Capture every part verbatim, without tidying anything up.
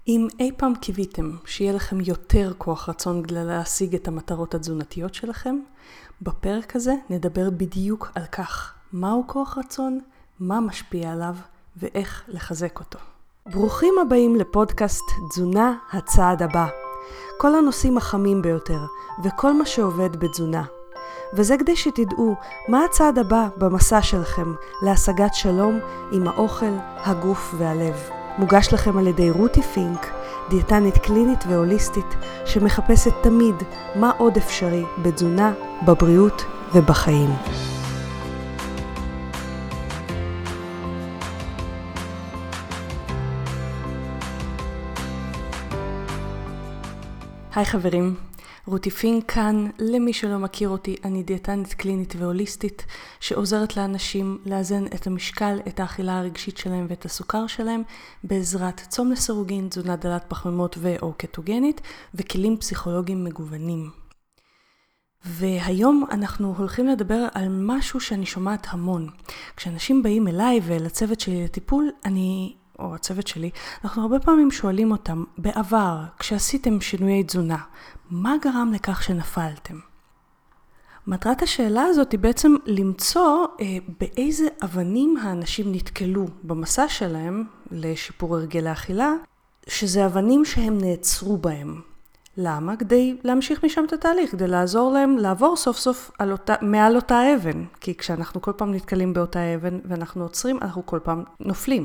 אם אי פעם קיוויתם שיהיה לכם יותר כוח רצון כדי להשיג את המטרות התזונתיות שלכם, בפרק הזה נדבר בדיוק על כך, מהו כוח רצון, מה משפיע עליו ואיך לחזק אותו. ברוכים הבאים לפודקאסט תזונה הצעד הבא. כל הנושאים החמים ביותר וכל מה שעובד בתזונה. וזה כדי שתדעו מה הצעד הבא במסע שלכם להשגת שלום עם האוכל, הגוף והלב. מוגש לכם על ידי רותי פינק, דיאטנית קלינית והוליסטית שמחפשת תמיד מה עוד אפשרי בתזונה, בבריאות ובחיים. היי חברים, רותי פינק כאן. למי שלא מכיר אותי, אני דיאטנית קלינית והוליסטית שעוזרת לאנשים לאזן את המשקל, את האכילה הרגשית שלהם ואת הסוכר שלהם בעזרת צום לסירוגין, תזונה דלת פחמימות ו/או קטוגנית וכלים פסיכולוגיים מגוונים. והיום אנחנו הולכים לדבר על משהו שאני שומעת המון. כשאנשים באים אליי ולצוות שלי לטיפול, אני... או הצוות שלי, אנחנו הרבה פעמים שואלים אותם, בעבר, כשעשיתם שינויי תזונה, מה גרם לכך שנפלתם? מטרת השאלה הזאת היא בעצם למצוא אה, באיזה אבנים האנשים נתקלו במסע שלהם לשיפור הרגלי האכילה, שזה אבנים שהם נעצרו בהם. למה? כדי להמשיך משם את התהליך, כדי לעזור להם לעבור סוף סוף על אותה, מעל אותה אבן, כי כשאנחנו כל פעם נתקלים באותה אבן ואנחנו עוצרים, אנחנו כל פעם נופלים.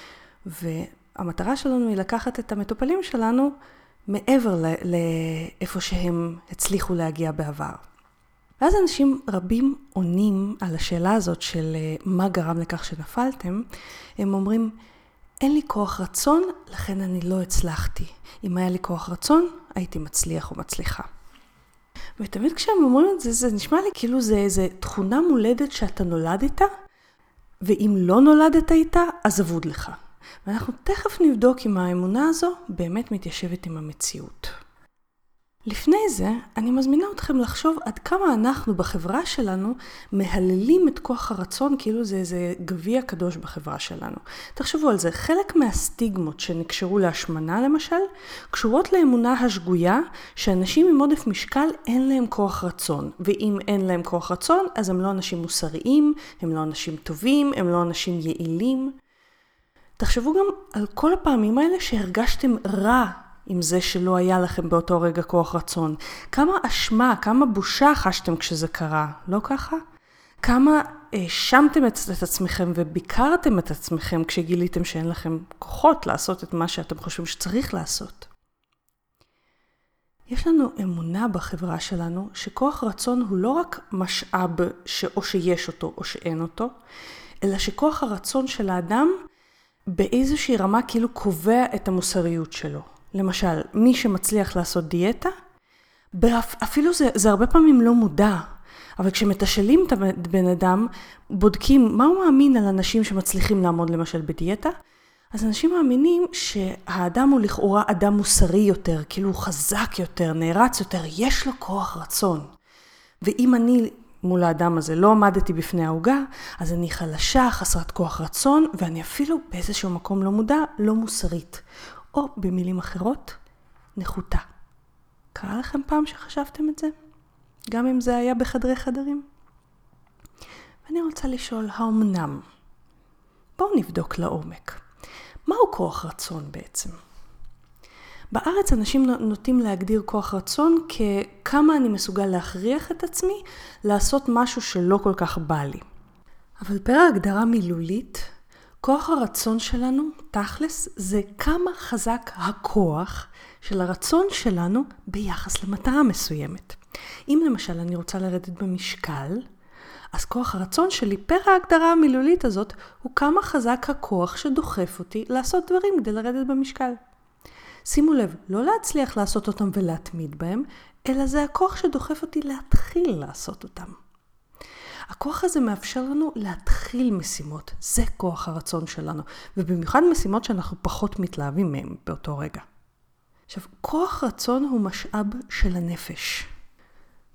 והמטרה שלנו היא לקחת את המטופלים שלנו מעבר לאיפה שהם הצליחו להגיע בעבר. ואז אנשים רבים עונים על השאלה הזאת של מה גרם לכך שנפלתם. הם אומרים, אין לי כוח רצון, לכן אני לא הצלחתי. אם היה לי כוח רצון, הייתי מצליח או מצליחה. ותמיד כשהם אומרים את זה, זה נשמע לי כאילו זה איזו תכונה מולדת שאתה נולד איתה, ואם לא נולדת איתה, אז אבוד לך. ואנחנו תכף נבדוק אם האמונה הזו באמת מתיישבת עם המציאות. לפני זה, אני מזמינה אתכם לחשוב עד כמה אנחנו בחברה שלנו מהללים את כוח הרצון כאילו זה איזה גביע קדוש בחברה שלנו. תחשבו על זה, חלק מהסטיגמות שנקשרו להשמנה למשל, קשורות לאמונה השגויה שאנשים עם עודף משקל אין להם כוח רצון. ואם אין להם כוח רצון, אז הם לא אנשים מוסריים, הם לא אנשים טובים, הם לא אנשים יעילים. תחשבו גם על כל הפעמים האלה שהרגשתם רע עם זה שלא היה לכם באותו רגע כוח רצון. כמה אשמה, כמה בושה חשתם כשזה קרה, לא ככה? כמה האשמתם את, את עצמכם וביקרתם את עצמכם כשגיליתם שאין לכם כוחות לעשות את מה שאתם חושבים שצריך לעשות. יש לנו אמונה בחברה שלנו שכוח רצון הוא לא רק משאב שאו שיש אותו או שאין אותו, אלא שכוח הרצון של האדם באיזושהי רמה כאילו קובע את המוסריות שלו. למשל, מי שמצליח לעשות דיאטה, אפילו זה, זה הרבה פעמים לא מודע, אבל כשמתשאלים את הבן אדם, בודקים מה הוא מאמין על אנשים שמצליחים לעמוד למשל בדיאטה, אז אנשים מאמינים שהאדם הוא לכאורה אדם מוסרי יותר, כאילו הוא חזק יותר, נערץ יותר, יש לו כוח רצון. ואם אני מול האדם הזה לא עמדתי בפני ההוגה, אז אני חלשה, חסרת כוח רצון, ואני אפילו באיזשהו מקום לא מודע, לא מוסרית. או במילים אחרות, נחותה. קרה לכם פעם שחשבתם את זה? גם אם זה היה בחדרי חדרים? ואני רוצה לשאול, האומנם? בואו נבדוק לעומק. מהו כוח רצון בעצם? בארץ אנשים נוטים להגדיר כוח רצון ככמה אני מסוגל להכריח את עצמי לעשות משהו שלא כל כך בא לי. אבל פר ההגדרה מילולית, כוח הרצון שלנו, תכלס, זה כמה חזק הכוח של הרצון שלנו ביחס למטרה מסוימת. אם למשל אני רוצה לרדת במשקל, אז כוח הרצון שלי פר ההגדרה המילולית הזאת הוא כמה חזק הכוח שדוחף אותי לעשות דברים כדי לרדת במשקל. שימו לב, לא להצליח לעשות אותם ולהתמיד בהם, אלא זה הכוח שדוחף אותי להתחיל לעשות אותם. הכוח הזה מאפשר לנו להתחיל משימות, זה כוח הרצון שלנו, ובמיוחד משימות שאנחנו פחות מתלהבים מהם באותו רגע. עכשיו, כוח רצון הוא משאב של הנפש,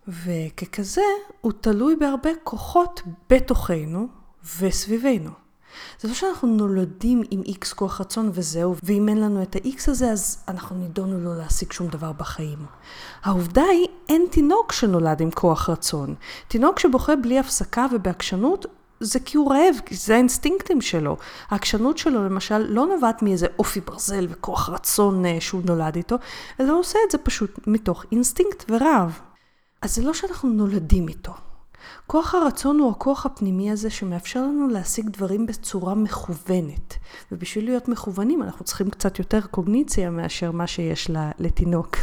וככזה הוא תלוי בהרבה כוחות בתוכנו וסביבנו. זה לא שאנחנו נולדים עם X כוח רצון וזהו, ואם אין לנו את ה-X הזה, אז אנחנו נידונו לא להשיג שום דבר בחיים. העובדה היא, אין תינוק שנולד עם כוח רצון. תינוק שבוכה בלי הפסקה ובעקשנות, זה כי הוא רעב, כי זה האינסטינקטים שלו. העקשנות שלו למשל לא נובעת מאיזה אופי ברזל וכוח רצון שהוא נולד איתו, אלא הוא עושה את זה פשוט מתוך אינסטינקט ורעב. אז זה לא שאנחנו נולדים איתו. כוח הרצון הוא הכוח הפנימי הזה שמאפשר לנו להשיג דברים בצורה מכוונת. ובשביל להיות מכוונים אנחנו צריכים קצת יותר קוגניציה מאשר מה שיש לתינוק.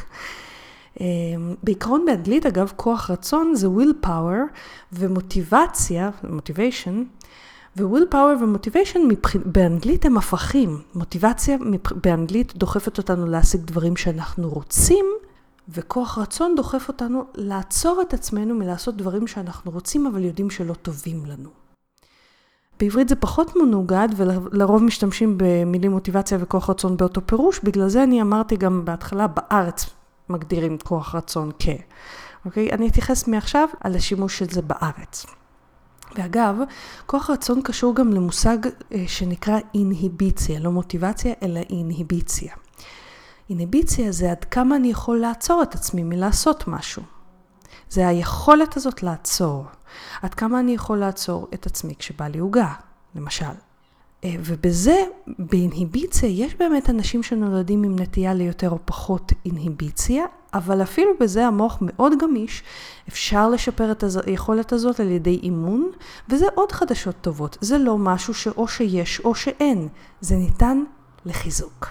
בעיקרון באנגלית אגב כוח רצון זה will power ומוטיבציה, motivation, ו-will power ו-motivation באנגלית הם הפכים. מוטיבציה באנגלית דוחפת אותנו להשיג דברים שאנחנו רוצים, וכוח רצון דוחף אותנו לעצור את עצמנו מלעשות דברים שאנחנו רוצים, אבל יודעים שלא טובים לנו. בעברית זה פחות מנוגד, ולרוב משתמשים במילים מוטיבציה וכוח רצון באותו פירוש, בגלל זה אני אמרתי גם בהתחלה, בארץ מגדירים כוח רצון כ. אוקיי? אני אתייחס מעכשיו על השימוש של זה בארץ. ואגב, כוח רצון קשור גם למושג שנקרא אינהיביציה, לא מוטיבציה, אלא אינהיביציה. אינהיביציה זה עד כמה אני יכול לעצור את עצמי מלעשות משהו. זה היכולת הזאת לעצור. עד כמה אני יכול לעצור את עצמי כשבא לי עוגה, למשל. ובזה, באינהיביציה, יש באמת אנשים שנולדים עם נטייה ליותר או פחות אינהיביציה, אבל אפילו בזה המוח מאוד גמיש, אפשר לשפר את היכולת הזאת על ידי אימון, וזה עוד חדשות טובות. זה לא משהו שאו שיש או שאין, זה ניתן לחיזוק.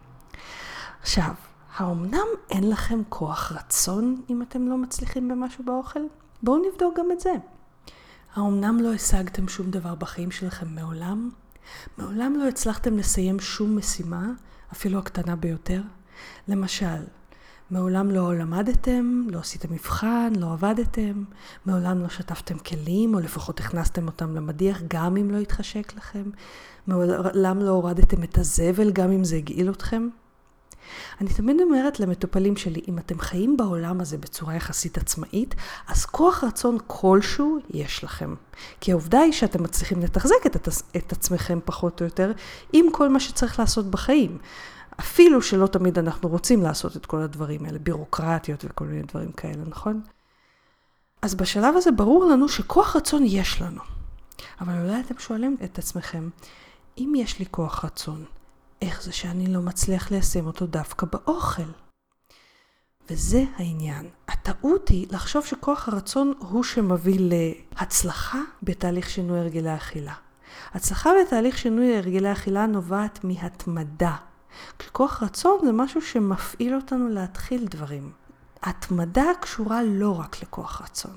עכשיו, האומנם אין לכם כוח רצון אם אתם לא מצליחים במשהו באוכל? בואו נבדוק גם את זה. האומנם לא השגתם שום דבר בחיים שלכם מעולם? מעולם לא הצלחתם לסיים שום משימה, אפילו הקטנה ביותר? למשל, מעולם לא למדתם, לא עשיתם מבחן, לא עבדתם, מעולם לא שטפתם כלים, או לפחות הכנסתם אותם למדיח, גם אם לא התחשק לכם, מעולם לא הורדתם את הזבל, גם אם זה הגעיל אתכם. אני תמיד אומרת למטופלים שלי, אם אתם חיים בעולם הזה בצורה יחסית עצמאית, אז כוח רצון כלשהו יש לכם. כי העובדה היא שאתם מצליחים לתחזק את, את עצמכם פחות או יותר, עם כל מה שצריך לעשות בחיים. אפילו שלא תמיד אנחנו רוצים לעשות את כל הדברים האלה, בירוקרטיות וכל מיני דברים כאלה, נכון? אז בשלב הזה ברור לנו שכוח רצון יש לנו. אבל אולי אתם שואלים את עצמכם, אם יש לי כוח רצון, איך זה שאני לא מצליח ליישם אותו דווקא באוכל? וזה העניין. הטעות היא לחשוב שכוח הרצון הוא שמביא להצלחה בתהליך שינוי הרגלי האכילה. הצלחה בתהליך שינוי הרגלי האכילה נובעת מהתמדה. כוח רצון זה משהו שמפעיל אותנו להתחיל דברים. התמדה קשורה לא רק לכוח רצון.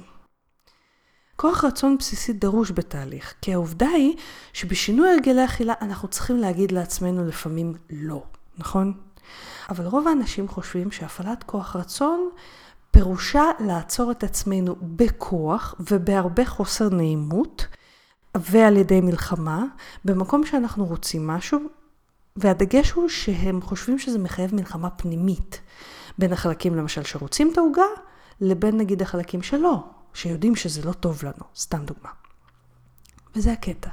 כוח רצון בסיסי דרוש בתהליך, כי העובדה היא שבשינוי הרגלי אכילה אנחנו צריכים להגיד לעצמנו לפעמים לא, נכון? אבל רוב האנשים חושבים שהפעלת כוח רצון פירושה לעצור את עצמנו בכוח ובהרבה חוסר נעימות ועל ידי מלחמה, במקום שאנחנו רוצים משהו, והדגש הוא שהם חושבים שזה מחייב מלחמה פנימית, בין החלקים למשל שרוצים את העוגה, לבין נגיד החלקים שלא. שיודעים שזה לא טוב לנו, סתם דוגמה. וזה הקטע.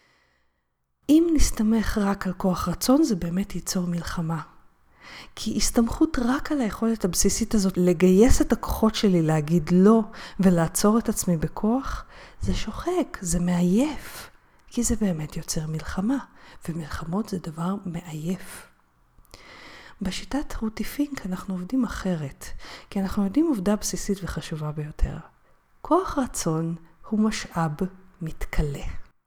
אם נסתמך רק על כוח רצון, זה באמת ייצור מלחמה. כי הסתמכות רק על היכולת הבסיסית הזאת, לגייס את הכוחות שלי, להגיד לא, ולעצור את עצמי בכוח, זה שוחק, זה מעייף. כי זה באמת יוצר מלחמה, ומלחמות זה דבר מעייף. בשיטת רותי פינק אנחנו עובדים אחרת, כי אנחנו יודעים עובדה בסיסית וחשובה ביותר. כוח רצון הוא משאב מתקלה.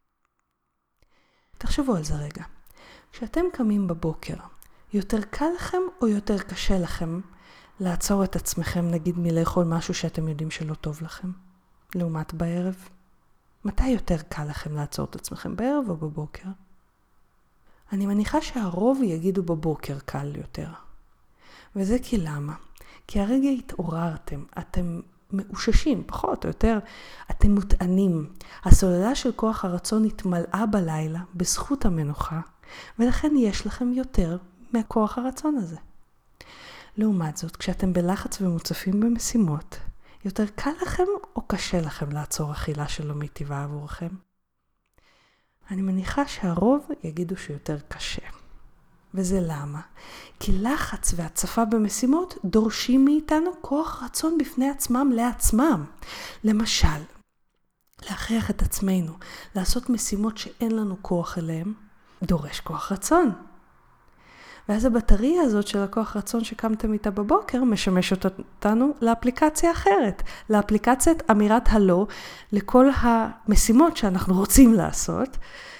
תחשבו על זה רגע. כשאתם קמים בבוקר, יותר קל לכם או יותר קשה לכם לעצור את עצמכם, נגיד מלאכול משהו שאתם יודעים שלא טוב לכם, לעומת בערב? מתי יותר קל לכם לעצור את עצמכם, בערב או בבוקר? אני מניחה שהרוב יגידו בבוקר קל יותר. וזה כי למה? כי הרגע התעוררתם, אתם מאוששים, פחות או יותר, אתם מוטענים. הסוללה של כוח הרצון התמלאה בלילה בזכות המנוחה, ולכן יש לכם יותר מהכוח הרצון הזה. לעומת זאת, כשאתם בלחץ ומוצפים במשימות, יותר קל לכם או קשה לכם לעצור אכילה שלא מטיבה עבורכם? אני מניחה שהרוב יגידו שיותר קשה. וזה למה? כי לחץ והצפה במשימות דורשים מאיתנו כוח רצון בפני עצמם לעצמם. למשל, להכריח את עצמנו לעשות משימות שאין לנו כוח אליהם, דורש כוח רצון. ואז הבטריה הזאת של הכוח רצון שקמתם איתה בבוקר משמשת אותנו לאפליקציה אחרת, לאפליקציית אמירת הלא לכל המשימות שאנחנו רוצים לעשות,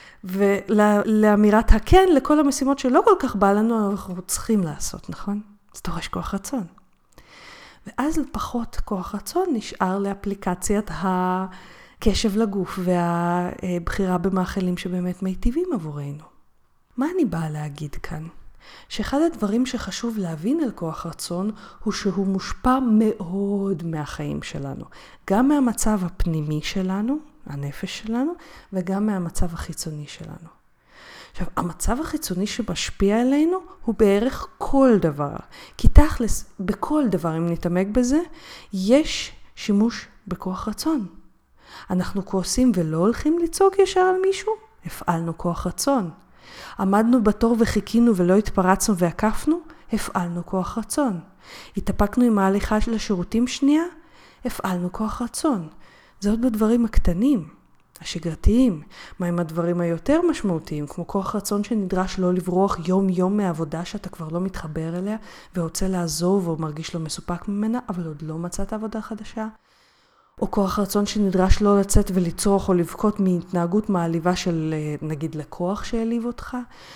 ולאמירת הכן לכל המשימות שלא כל כך בא לנו, אנחנו צריכים לעשות, נכון? זה דורש כוח רצון. ואז פחות כוח רצון נשאר לאפליקציית הקשב לגוף והבחירה במאכלים שבאמת מיטיבים עבורנו. מה אני באה להגיד כאן? שאחד הדברים שחשוב להבין על כוח רצון הוא שהוא מושפע מאוד מהחיים שלנו. גם מהמצב הפנימי שלנו, הנפש שלנו, וגם מהמצב החיצוני שלנו. עכשיו, המצב החיצוני שמשפיע עלינו הוא בערך כל דבר. כי תכלס, בכל דבר, אם נתעמק בזה, יש שימוש בכוח רצון. אנחנו כועסים ולא הולכים לצעוק ישר על מישהו? הפעלנו כוח רצון. עמדנו בתור וחיכינו ולא התפרצנו והקפנו? הפעלנו כוח רצון. התאפקנו עם ההליכה של השירותים שנייה? הפעלנו כוח רצון. זה עוד בדברים הקטנים, השגרתיים. מה עם הדברים היותר משמעותיים, כמו כוח רצון שנדרש לא לברוח יום יום מהעבודה שאתה כבר לא מתחבר אליה, ורוצה לעזוב או מרגיש לא מסופק ממנה, אבל עוד לא מצאת עבודה חדשה? או כוח רצון שנדרש לא לצאת ולצרוך או לבכות מהתנהגות מעליבה של נגיד לקוח שהעליב אותך,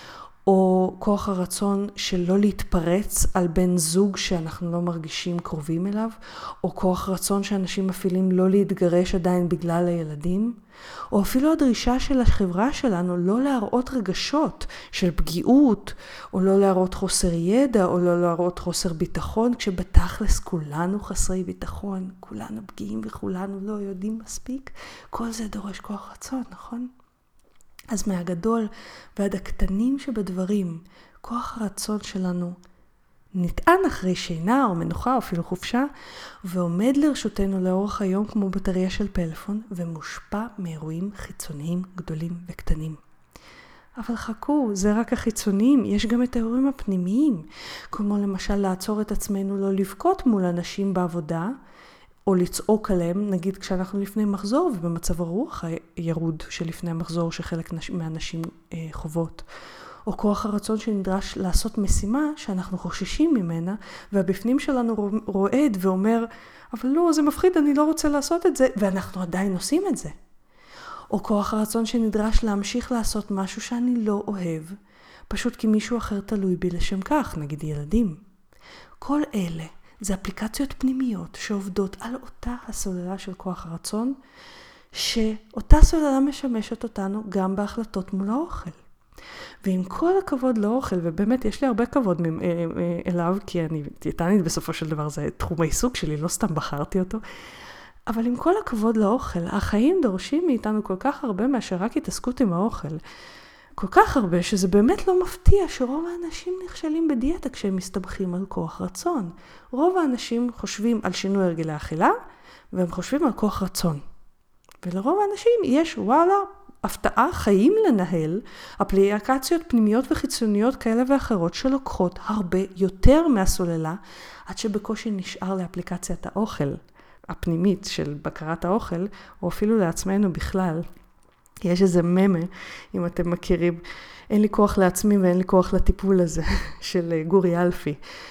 או כוח הרצון של לא להתפרץ על בן זוג שאנחנו לא מרגישים קרובים אליו, או כוח רצון שאנשים מפעילים לא להתגרש עדיין בגלל הילדים, או אפילו הדרישה של החברה שלנו לא להראות רגשות של פגיעות, או לא להראות חוסר ידע, או לא להראות חוסר ביטחון, כשבתכלס כולנו חסרי ביטחון, כולנו פגיעים וכולנו לא יודעים מספיק. כל זה דורש כוח רצון, נכון? אז מהגדול ועד הקטנים שבדברים, כוח הרצון שלנו נטען אחרי שינה או מנוחה או אפילו חופשה, ועומד לרשותנו לאורך היום כמו בטריה של פלאפון, ומושפע מאירועים חיצוניים גדולים וקטנים. אבל חכו, זה רק החיצוניים, יש גם את האירועים הפנימיים, כמו למשל לעצור את עצמנו לא לבכות מול אנשים בעבודה, או לצעוק עליהם, נגיד כשאנחנו לפני מחזור ובמצב הרוח הירוד שלפני המחזור שחלק מהנשים אה, חוות. או כוח הרצון שנדרש לעשות משימה שאנחנו חוששים ממנה, והבפנים שלנו רועד ואומר, אבל לא, זה מפחיד, אני לא רוצה לעשות את זה, ואנחנו עדיין עושים את זה. או כוח הרצון שנדרש להמשיך לעשות משהו שאני לא אוהב, פשוט כי מישהו אחר תלוי בי לשם כך, נגיד ילדים. כל אלה זה אפליקציות פנימיות שעובדות על אותה הסוללה של כוח הרצון, שאותה סוללה משמשת אותנו גם בהחלטות מול האוכל. ועם כל הכבוד לאוכל, ובאמת יש לי הרבה כבוד אליו, כי אני דיאטנית בסופו של דבר, זה תחום העיסוק שלי, לא סתם בחרתי אותו, אבל עם כל הכבוד לאוכל, החיים דורשים מאיתנו כל כך הרבה מאשר רק התעסקות עם האוכל. כל כך הרבה שזה באמת לא מפתיע שרוב האנשים נכשלים בדיאטה כשהם מסתבכים על כוח רצון. רוב האנשים חושבים על שינוי הרגלי אכילה, והם חושבים על כוח רצון. ולרוב האנשים יש, וואלה, הפתעה, חיים לנהל, אפליקציות פנימיות וחיצוניות כאלה ואחרות שלוקחות הרבה יותר מהסוללה, עד שבקושי נשאר לאפליקציית האוכל, הפנימית של בקרת האוכל, או אפילו לעצמנו בכלל. יש איזה ממה, אם אתם מכירים, אין לי כוח לעצמי ואין לי כוח לטיפול הזה, של גורי אלפי.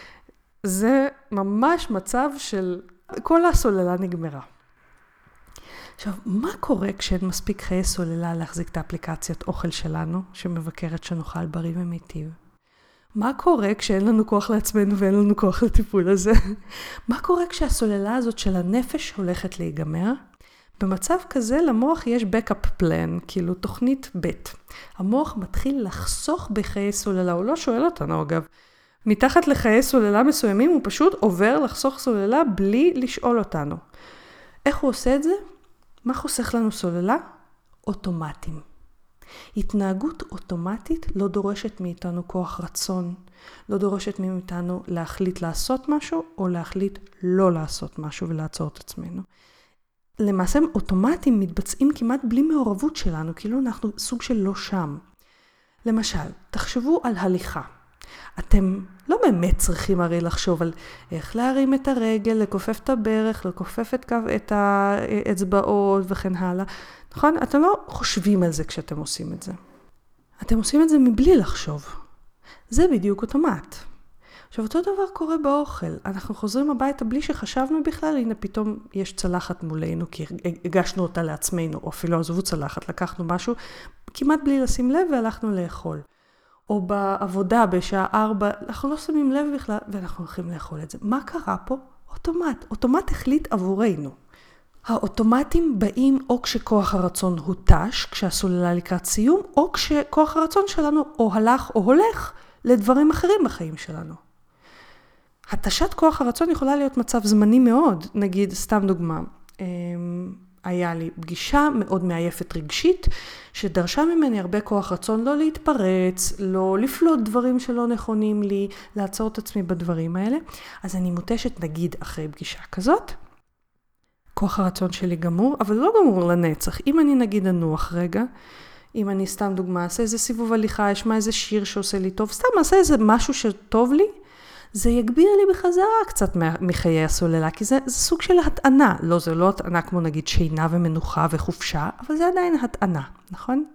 זה ממש מצב של כל הסוללה נגמרה. עכשיו, מה קורה כשאין מספיק חיי סוללה להחזיק את האפליקציית אוכל שלנו, שמבקרת שנאכל בריא ומיטיב? מה קורה כשאין לנו כוח לעצמנו ואין לנו כוח לטיפול הזה? מה קורה כשהסוללה הזאת של הנפש הולכת להיגמר? במצב כזה למוח יש backup plan, כאילו תוכנית ב'. המוח מתחיל לחסוך בחיי סוללה, הוא לא שואל אותנו אגב. מתחת לחיי סוללה מסוימים הוא פשוט עובר לחסוך סוללה בלי לשאול אותנו. איך הוא עושה את זה? מה חוסך לנו סוללה? אוטומטים. התנהגות אוטומטית לא דורשת מאיתנו כוח רצון, לא דורשת מאיתנו להחליט לעשות משהו או להחליט לא לעשות משהו ולעצור את עצמנו. למעשה אוטומטים מתבצעים כמעט בלי מעורבות שלנו, כאילו אנחנו סוג של לא שם. למשל, תחשבו על הליכה. אתם לא באמת צריכים הרי לחשוב על איך להרים את הרגל, לכופף את הברך, לכופף את, את האצבעות וכן הלאה. נכון? אתם לא חושבים על זה כשאתם עושים את זה. אתם עושים את זה מבלי לחשוב. זה בדיוק אוטומט. עכשיו, אותו דבר קורה באוכל. אנחנו חוזרים הביתה בלי שחשבנו בכלל, הנה פתאום יש צלחת מולנו, כי הגשנו אותה לעצמנו, או אפילו עזבו צלחת, לקחנו משהו, כמעט בלי לשים לב והלכנו לאכול. או בעבודה בשעה ארבע, אנחנו לא שמים לב בכלל, ואנחנו הולכים לאכול את זה. מה קרה פה? אוטומט. אוטומט החליט עבורנו. האוטומטים באים או כשכוח הרצון הותש, כשהסוללה לקראת סיום, או כשכוח הרצון שלנו או הלך או הולך לדברים אחרים בחיים שלנו. התשת כוח הרצון יכולה להיות מצב זמני מאוד, נגיד, סתם דוגמה, היה לי פגישה מאוד מעייפת רגשית, שדרשה ממני הרבה כוח רצון לא להתפרץ, לא לפלוט דברים שלא נכונים לי, לעצור את עצמי בדברים האלה. אז אני מותשת נגיד אחרי פגישה כזאת, כוח הרצון שלי גמור, אבל לא גמור לנצח. אם אני נגיד אנוח רגע, אם אני סתם דוגמה, אעשה איזה סיבוב הליכה, אשמע איזה שיר שעושה לי טוב, סתם אעשה איזה משהו שטוב לי, זה יגביר לי בחזרה קצת מחיי הסוללה, כי זה, זה סוג של הטענה. לא, זה לא הטענה כמו נגיד שינה ומנוחה וחופשה, אבל זה עדיין הטענה, נכון?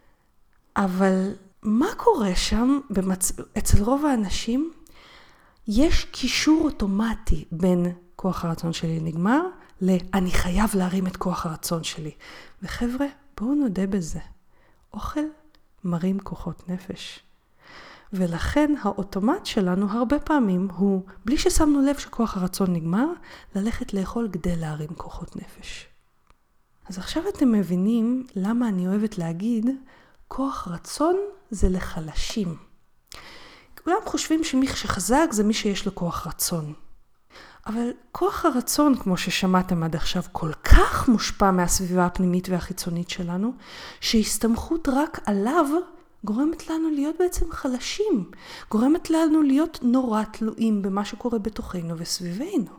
אבל מה קורה שם במצ... אצל רוב האנשים? יש קישור אוטומטי בין כוח הרצון שלי נגמר, ל"אני חייב להרים את כוח הרצון שלי". וחבר'ה, בואו נודה בזה. אוכל מרים כוחות נפש. ולכן האוטומט שלנו הרבה פעמים הוא, בלי ששמנו לב שכוח הרצון נגמר, ללכת לאכול כדי להרים כוחות נפש. אז עכשיו אתם מבינים למה אני אוהבת להגיד, כוח רצון זה לחלשים. כולם חושבים שמי שחזק זה מי שיש לו כוח רצון. אבל כוח הרצון, כמו ששמעתם עד עכשיו, כל כך מושפע מהסביבה הפנימית והחיצונית שלנו, שהסתמכות רק עליו גורמת לנו להיות בעצם חלשים, גורמת לנו להיות נורא תלויים במה שקורה בתוכנו וסביבנו.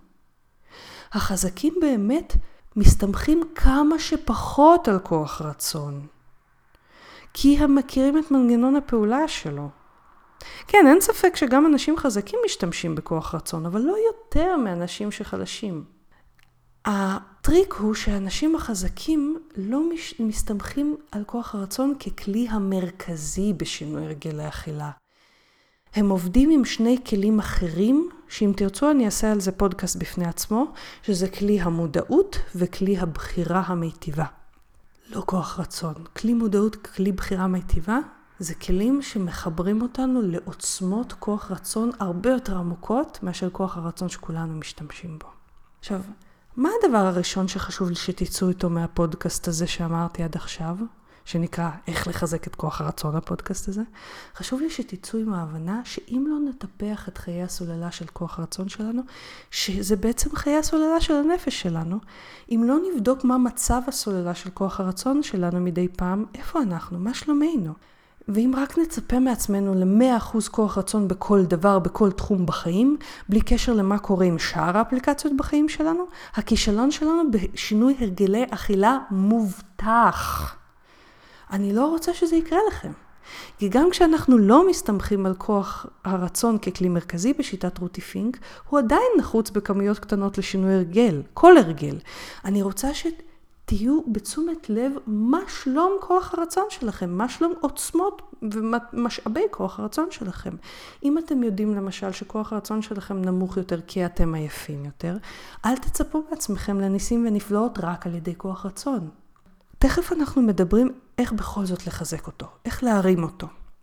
החזקים באמת מסתמכים כמה שפחות על כוח רצון, כי הם מכירים את מנגנון הפעולה שלו. כן, אין ספק שגם אנשים חזקים משתמשים בכוח רצון, אבל לא יותר מאנשים שחלשים. הטריק הוא שהאנשים החזקים לא מסתמכים על כוח הרצון ככלי המרכזי בשינוי הרגלי אכילה. הם עובדים עם שני כלים אחרים, שאם תרצו אני אעשה על זה פודקאסט בפני עצמו, שזה כלי המודעות וכלי הבחירה המיטיבה. לא כוח רצון. כלי מודעות, כלי בחירה מיטיבה, זה כלים שמחברים אותנו לעוצמות כוח רצון הרבה יותר עמוקות מאשר כוח הרצון שכולנו משתמשים בו. עכשיו, מה הדבר הראשון שחשוב לי שתצאו איתו מהפודקאסט הזה שאמרתי עד עכשיו, שנקרא איך לחזק את כוח הרצון הפודקאסט הזה? חשוב לי שתצאו עם ההבנה שאם לא נטפח את חיי הסוללה של כוח הרצון שלנו, שזה בעצם חיי הסוללה של הנפש שלנו, אם לא נבדוק מה מצב הסוללה של כוח הרצון שלנו מדי פעם, איפה אנחנו, מה שלומנו? ואם רק נצפה מעצמנו ל-מאה אחוז כוח רצון בכל דבר, בכל תחום בחיים, בלי קשר למה קורה עם שאר האפליקציות בחיים שלנו, הכישלון שלנו בשינוי הרגלי אכילה מובטח. אני לא רוצה שזה יקרה לכם. כי גם כשאנחנו לא מסתמכים על כוח הרצון ככלי מרכזי בשיטת רותי פינק, הוא עדיין נחוץ בכמויות קטנות לשינוי הרגל, כל הרגל. אני רוצה ש... תהיו בתשומת לב מה שלום כוח הרצון שלכם, מה שלום עוצמות ומשאבי כוח הרצון שלכם. אם אתם יודעים למשל שכוח הרצון שלכם נמוך יותר כי אתם עייפים יותר, אל תצפו בעצמכם לניסים ונפלאות רק על ידי כוח רצון. תכף אנחנו מדברים איך בכל זאת לחזק אותו, איך להרים אותו.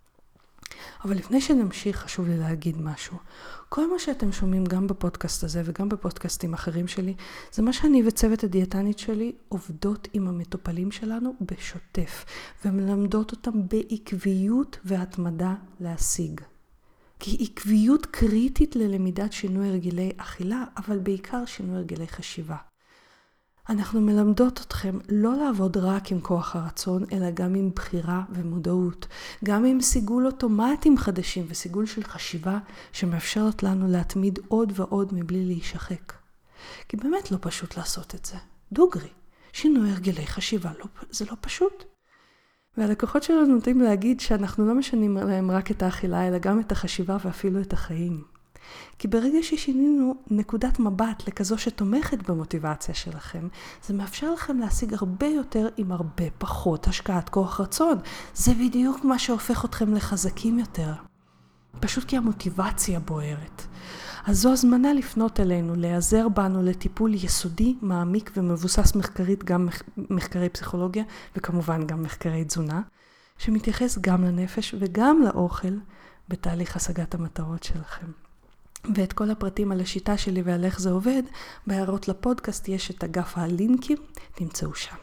אבל לפני שנמשיך חשוב לי להגיד משהו. כל מה שאתם שומעים גם בפודקאסט הזה וגם בפודקאסטים אחרים שלי, זה מה שאני וצוות הדיאטנית שלי עובדות עם המטופלים שלנו בשוטף, ומלמדות אותם בעקביות והתמדה להשיג. כי עקביות קריטית ללמידת שינוי הרגלי אכילה, אבל בעיקר שינוי הרגלי חשיבה. אנחנו מלמדות אתכם לא לעבוד רק עם כוח הרצון, אלא גם עם בחירה ומודעות. גם עם סיגול אוטומטיים חדשים וסיגול של חשיבה שמאפשרת לנו להתמיד עוד ועוד מבלי להישחק. כי באמת לא פשוט לעשות את זה. דוגרי. שינוי הרגלי חשיבה, לא, זה לא פשוט. והלקוחות שלנו נוטים להגיד שאנחנו לא משנים להם רק את האכילה, אלא גם את החשיבה ואפילו את החיים. כי ברגע ששינינו נקודת מבט לכזו שתומכת במוטיבציה שלכם, זה מאפשר לכם להשיג הרבה יותר עם הרבה פחות השקעת כוח רצון. זה בדיוק מה שהופך אתכם לחזקים יותר. פשוט כי המוטיבציה בוערת. אז זו הזמנה לפנות אלינו, להיעזר בנו לטיפול יסודי, מעמיק ומבוסס מחקרית, גם מחקרי פסיכולוגיה וכמובן גם מחקרי תזונה, שמתייחס גם לנפש וגם לאוכל בתהליך השגת המטרות שלכם. ואת כל הפרטים על השיטה שלי ועל איך זה עובד, בהערות לפודקאסט יש את אגף הלינקים, תמצאו שם.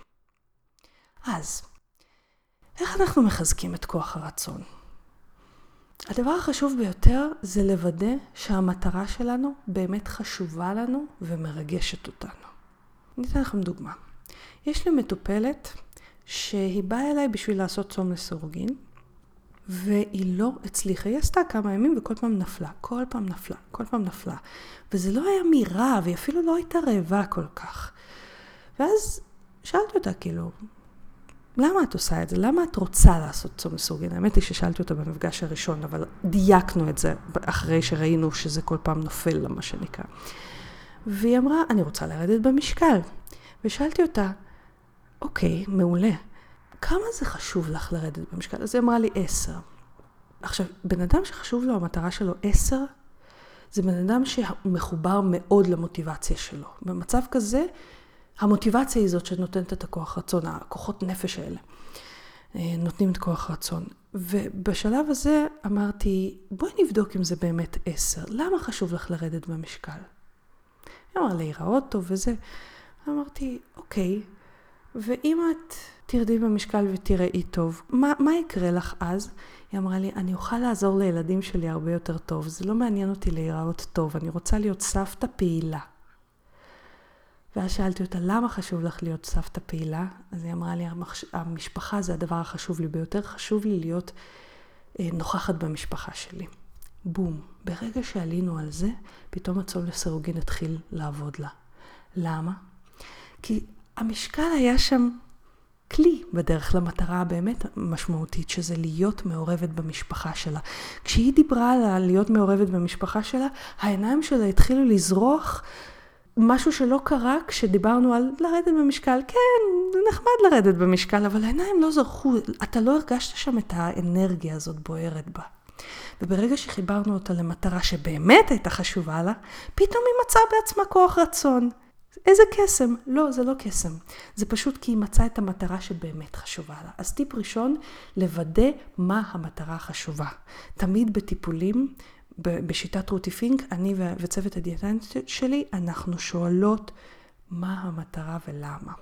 אז, איך אנחנו מחזקים את כוח הרצון? הדבר החשוב ביותר זה לוודא שהמטרה שלנו באמת חשובה לנו ומרגשת אותנו. אני אתן לכם דוגמה. יש לי מטופלת שהיא באה אליי בשביל לעשות צום לסירוגין, והיא לא הצליחה. היא עשתה כמה ימים וכל פעם נפלה, כל פעם נפלה, כל פעם נפלה. וזה לא היה מירה, והיא אפילו לא הייתה רעבה כל כך. ואז שאלתי אותה כאילו, למה את עושה את זה? למה את רוצה לעשות צום לסירוגין? האמת היא ששאלתי אותה במפגש הראשון, אבל דייקנו את זה אחרי שראינו שזה כל פעם נופל למה שנקרא. והיא אמרה, אני רוצה לרדת במשקל. ושאלתי אותה, אוקיי, מעולה. כמה זה חשוב לך לרדת במשקל? אז היא אמרה לי עשר. עכשיו, בן אדם שחשוב לו, המטרה שלו עשר, זה בן אדם שמחובר מאוד למוטיבציה שלו. במצב כזה, המוטיבציה היא זאת שנותנת את הכוח רצון, הכוחות נפש האלה, נותנים את כוח רצון. ובשלב הזה אמרתי, בואי נבדוק אם זה באמת עשר. למה חשוב לך לרדת במשקל? היא אמרה, להיראות טוב וזה. אמרתי, אוקיי, ואם את תרדי במשקל ותראי טוב, מה, מה יקרה לך אז? היא אמרה לי, אני אוכל לעזור לילדים שלי הרבה יותר טוב. זה לא מעניין אותי להיראות טוב, אני רוצה להיות סבתא פעילה. ואז שאלתי אותה, למה חשוב לך להיות סבתא פעילה? אז היא אמרה לי, המשפחה זה הדבר החשוב לי ביותר, חשוב לי להיות אה, נוכחת במשפחה שלי. בום, ברגע שעלינו על זה, פתאום הצום לסירוגין התחיל לעבוד לה. למה? כי המשקל היה שם כלי בדרך למטרה הבאמת משמעותית, שזה להיות מעורבת במשפחה שלה. כשהיא דיברה על להיות מעורבת במשפחה שלה, העיניים שלה התחילו לזרוח, משהו שלא קרה כשדיברנו על לרדת במשקל. כן, זה נחמד לרדת במשקל, אבל העיניים לא זרחו, אתה לא הרגשת שם את האנרגיה הזאת בוערת בה. וברגע שחיברנו אותה למטרה שבאמת הייתה חשובה לה, פתאום היא מצאה בעצמה כוח רצון. איזה קסם? לא, זה לא קסם. זה פשוט כי היא מצאה את המטרה שבאמת חשובה לה. אז טיפ ראשון, לוודא מה המטרה החשובה. תמיד בטיפולים, בשיטת רותי פינק, אני וצוות הדיאטנית שלי, אנחנו שואלות מה המטרה ולמה.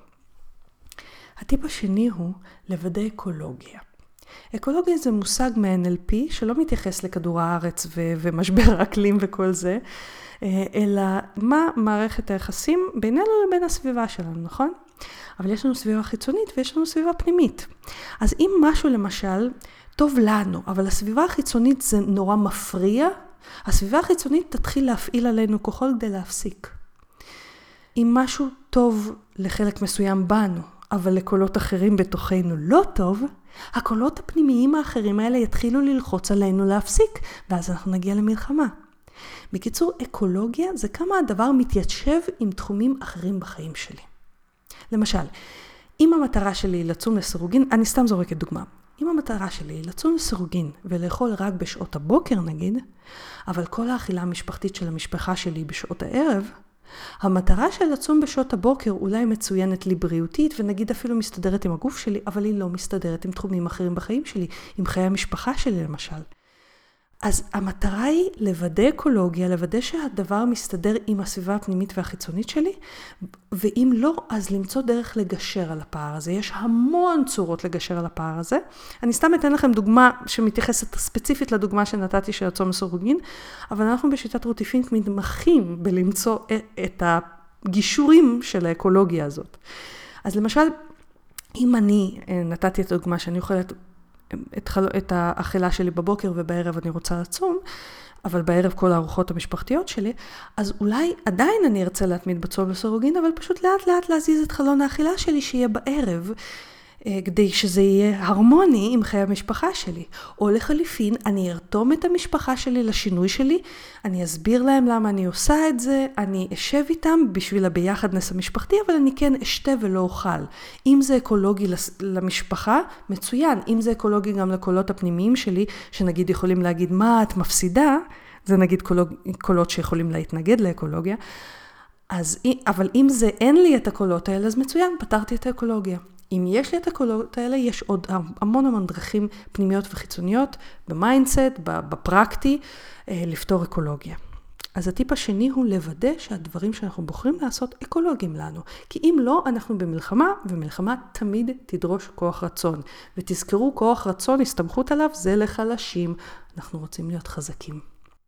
הטיפ השני הוא לוודא אקולוגיה. אקולוגיה זה מושג מה-אן אל פי שלא מתייחס לכדור הארץ ו- ומשבר האקלים וכל זה, אלא מה מערכת היחסים בינינו לבין הסביבה שלנו, נכון? אבל יש לנו סביבה חיצונית ויש לנו סביבה פנימית. אז אם משהו למשל טוב לנו, אבל הסביבה החיצונית זה נורא מפריע, הסביבה החיצונית תתחיל להפעיל עלינו כוחות כדי להפסיק. אם משהו טוב לחלק מסוים בנו, אבל לקולות אחרים בתוכנו לא טוב, הקולות הפנימיים האחרים האלה יתחילו ללחוץ עלינו להפסיק, ואז אנחנו נגיע למלחמה. בקיצור, אקולוגיה זה כמה הדבר מתיישב עם תחומים אחרים בחיים שלי. למשל, אם המטרה שלי היא לצום לסירוגין, אני סתם זורקת דוגמה. אם המטרה שלי היא לצום לסירוגין ולאכול רק בשעות הבוקר נגיד, אבל כל האכילה המשפחתית של המשפחה שלי בשעות הערב, המטרה של לצום בשעות הבוקר אולי מצוינת לי בריאותית, ונגיד אפילו מסתדרת עם הגוף שלי, אבל היא לא מסתדרת עם תחומים אחרים בחיים שלי, עם חיי המשפחה שלי למשל. אז המטרה היא לוודא אקולוגיה, לוודא שהדבר מסתדר עם הסביבה הפנימית והחיצונית שלי, ואם לא, אז למצוא דרך לגשר על הפער הזה. יש המון צורות לגשר על הפער הזה. אני סתם אתן לכם דוגמה שמתייחסת ספציפית לדוגמה שנתתי של הצום לסירוגין, אבל אנחנו בשיטת רותי פינק מתמחים בלמצוא את הגישורים של האקולוגיה הזאת. אז למשל, אם אני נתתי את הדוגמה שאני אוכלת את, חל... את האכילה שלי בבוקר ובערב אני רוצה לצום, אבל בערב כל הארוחות המשפחתיות שלי, אז אולי עדיין אני ארצה להתמיד בצום לסירוגין, אבל פשוט לאט לאט להזיז את חלון האכילה שלי שיהיה בערב, כדי שזה יהיה הרמוני עם חיי המשפחה שלי. או לחליפין, אני ארתום את המשפחה שלי לשינוי שלי, אני אסביר להם למה אני עושה את זה, אני אשב איתם בשביל הביחדנס המשפחתי, אבל אני כן אשתה ולא אוכל. אם זה אקולוגי למשפחה, מצוין. אם זה אקולוגי גם לקולות הפנימיים שלי, שנגיד יכולים להגיד מה את מפסידה, זה נגיד קולוג, קולות שיכולים להתנגד לאקולוגיה, אז, אבל אם זה אין לי את הקולות האלה, אז מצוין, פתרתי את האקולוגיה. אם יש לי את הקולות האלה, יש עוד המון המון דרכים פנימיות וחיצוניות, במיינדסט, בפרקטי, לפתור אקולוגיה. אז הטיפ השני הוא לוודא שהדברים שאנחנו בוחרים לעשות אקולוגיים לנו. כי אם לא, אנחנו במלחמה, ומלחמה תמיד תדרוש כוח רצון. ותזכרו, כוח רצון, הסתמכות עליו, זה לחלשים. אנחנו רוצים להיות חזקים.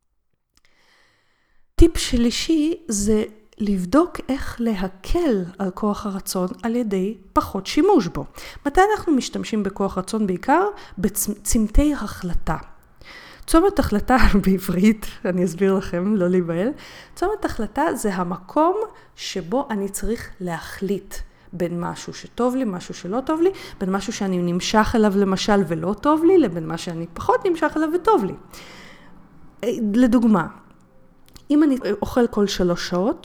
טיפ שלישי זה לבדוק איך להקל על כוח הרצון על ידי פחות שימוש בו. מתי אנחנו משתמשים בכוח רצון? בעיקר בצמתי החלטה. צומת החלטה בעברית, אני אסביר לכם, לא להיבהל. צומת החלטה זה המקום שבו אני צריך להחליט בין משהו שטוב לי, משהו שלא טוב לי, בין משהו שאני נמשך אליו למשל ולא טוב לי, לבין מה שאני פחות נמשך אליו וטוב לי. לדוגמה, אם אני אוכל כל שלוש שעות,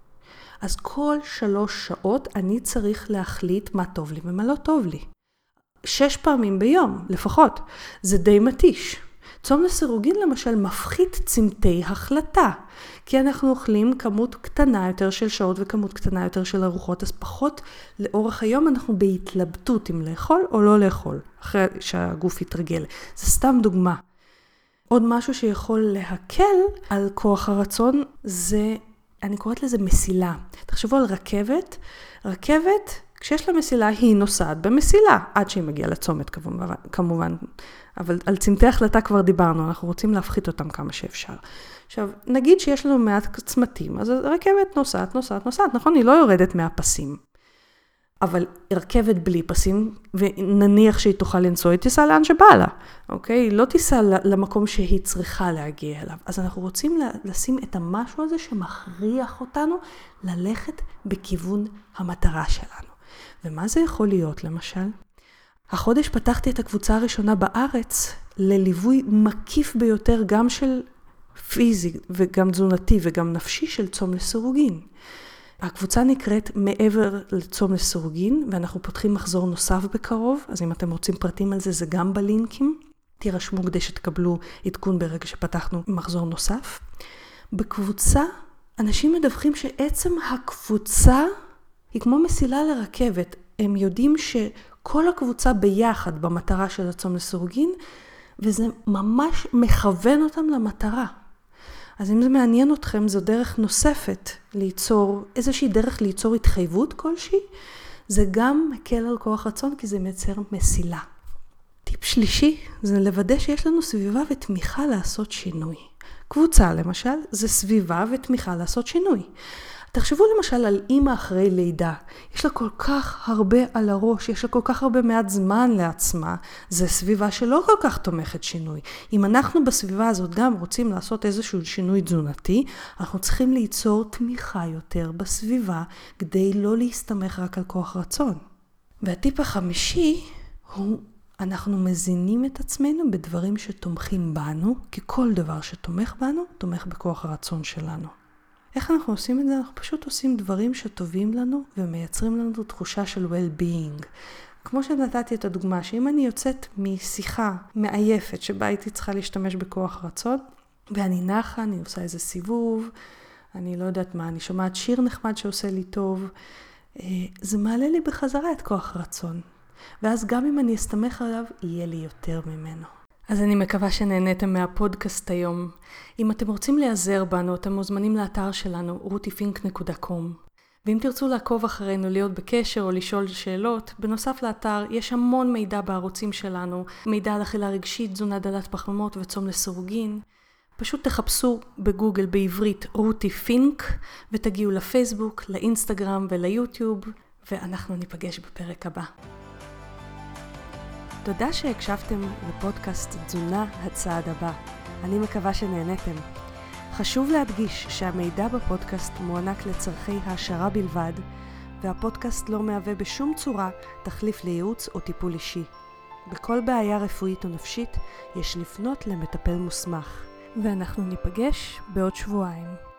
אז כל שלוש שעות אני צריך להחליט מה טוב לי ומה לא טוב לי. שש פעמים ביום, לפחות. זה די מתיש. צום לסירוגין למשל מפחית צמתי החלטה, כי אנחנו אוכלים כמות קטנה יותר של שעות וכמות קטנה יותר של ארוחות, אז פחות לאורך היום אנחנו בהתלבטות אם לאכול או לא לאכול, אחרי שהגוף יתרגל. זה סתם דוגמה. עוד משהו שיכול להקל על כוח הרצון זה, אני קוראת לזה מסילה. תחשבו על רכבת. רכבת, כשיש לה מסילה, היא נוסעת במסילה, עד שהיא מגיעה לצומת כמובן. אבל על צמתי החלטה כבר דיברנו, אנחנו רוצים להפחית אותם כמה שאפשר. עכשיו, נגיד שיש לנו מעט צמתים, אז הרכבת נוסעת, נוסעת, נוסעת, נכון? היא לא יורדת מהפסים. אבל רכבת בלי פסים, ונניח שהיא תוכל לנסוע, היא תיסע לאן שבא לה, אוקיי? היא לא תיסע למקום שהיא צריכה להגיע אליו. אז אנחנו רוצים לשים את המשהו הזה שמכריח אותנו ללכת בכיוון המטרה שלנו. ומה זה יכול להיות למשל? החודש פתחתי את הקבוצה הראשונה בארץ לליווי מקיף ביותר גם של פיזי וגם תזונתי וגם נפשי של צום לסירוגין. הקבוצה נקראת מעבר לצום לסירוגין, ואנחנו פותחים מחזור נוסף בקרוב, אז אם אתם רוצים פרטים על זה, זה גם בלינקים. תירשמו כדי שתקבלו עדכון ברגע שפתחנו מחזור נוסף. בקבוצה, אנשים מדווחים שעצם הקבוצה היא כמו מסילה לרכבת. הם יודעים שכל הקבוצה ביחד במטרה של הצום לסירוגין, וזה ממש מכוון אותם למטרה. אז אם זה מעניין אתכם, זו דרך נוספת ליצור, איזושהי דרך ליצור התחייבות כלשהי, זה גם מקל על כוח רצון, כי זה מייצר מסילה. טיפ שלישי, זה לוודא שיש לנו סביבה ותמיכה לעשות שינוי. קבוצה למשל, זה סביבה ותמיכה לעשות שינוי. תחשבו למשל על אימא אחרי לידה. יש לה כל כך הרבה על הראש, יש לה כל כך הרבה מעט זמן לעצמה. זה סביבה שלא כל כך תומכת שינוי. אם אנחנו בסביבה הזאת גם רוצים לעשות איזשהו שינוי תזונתי, אנחנו צריכים ליצור תמיכה יותר בסביבה, כדי לא להסתמך רק על כוח רצון. והטיפ החמישי הוא, אנחנו מזינים את עצמנו בדברים שתומכים בנו, כי כל דבר שתומך בנו, תומך בכוח הרצון שלנו. איך אנחנו עושים את זה? אנחנו פשוט עושים דברים שטובים לנו ומייצרים לנו תחושה של well-being. כמו שנתתי את הדוגמה, שאם אני יוצאת משיחה מעייפת שבה הייתי צריכה להשתמש בכוח רצון, ואני נחה, אני עושה איזה סיבוב, אני לא יודעת מה, אני שומעת שיר נחמד שעושה לי טוב, זה מעלה לי בחזרה את כוח רצון. ואז גם אם אני אסתמך עליו, יהיה לי יותר ממנו. אז אני מקווה שנהניתם מהפודקאסט היום. אם אתם רוצים להיעזר בנו, אתם מוזמנים לאתר שלנו, רותי פינק נקודה קום. ואם תרצו לעקוב אחרינו, להיות בקשר או לשאול שאלות, בנוסף לאתר יש המון מידע בערוצים שלנו, מידע על אכילה רגשית, תזונה דלת פחמימות וצום לסירוגין. פשוט תחפשו בגוגל בעברית רותי פינק, ותגיעו לפייסבוק, לאינסטגרם וליוטיוב, ואנחנו ניפגש בפרק הבא. תודה שהקשבתם לפודקאסט תזונה הצעד הבא. אני מקווה שנהנתם. חשוב להדגיש שהמידע בפודקאסט מוענק לצרכי העשרה בלבד, והפודקאסט לא מהווה בשום צורה תחליף לייעוץ או טיפול אישי. בכל בעיה רפואית או נפשית יש לפנות למטפל מוסמך. ואנחנו ניפגש בעוד שבועיים.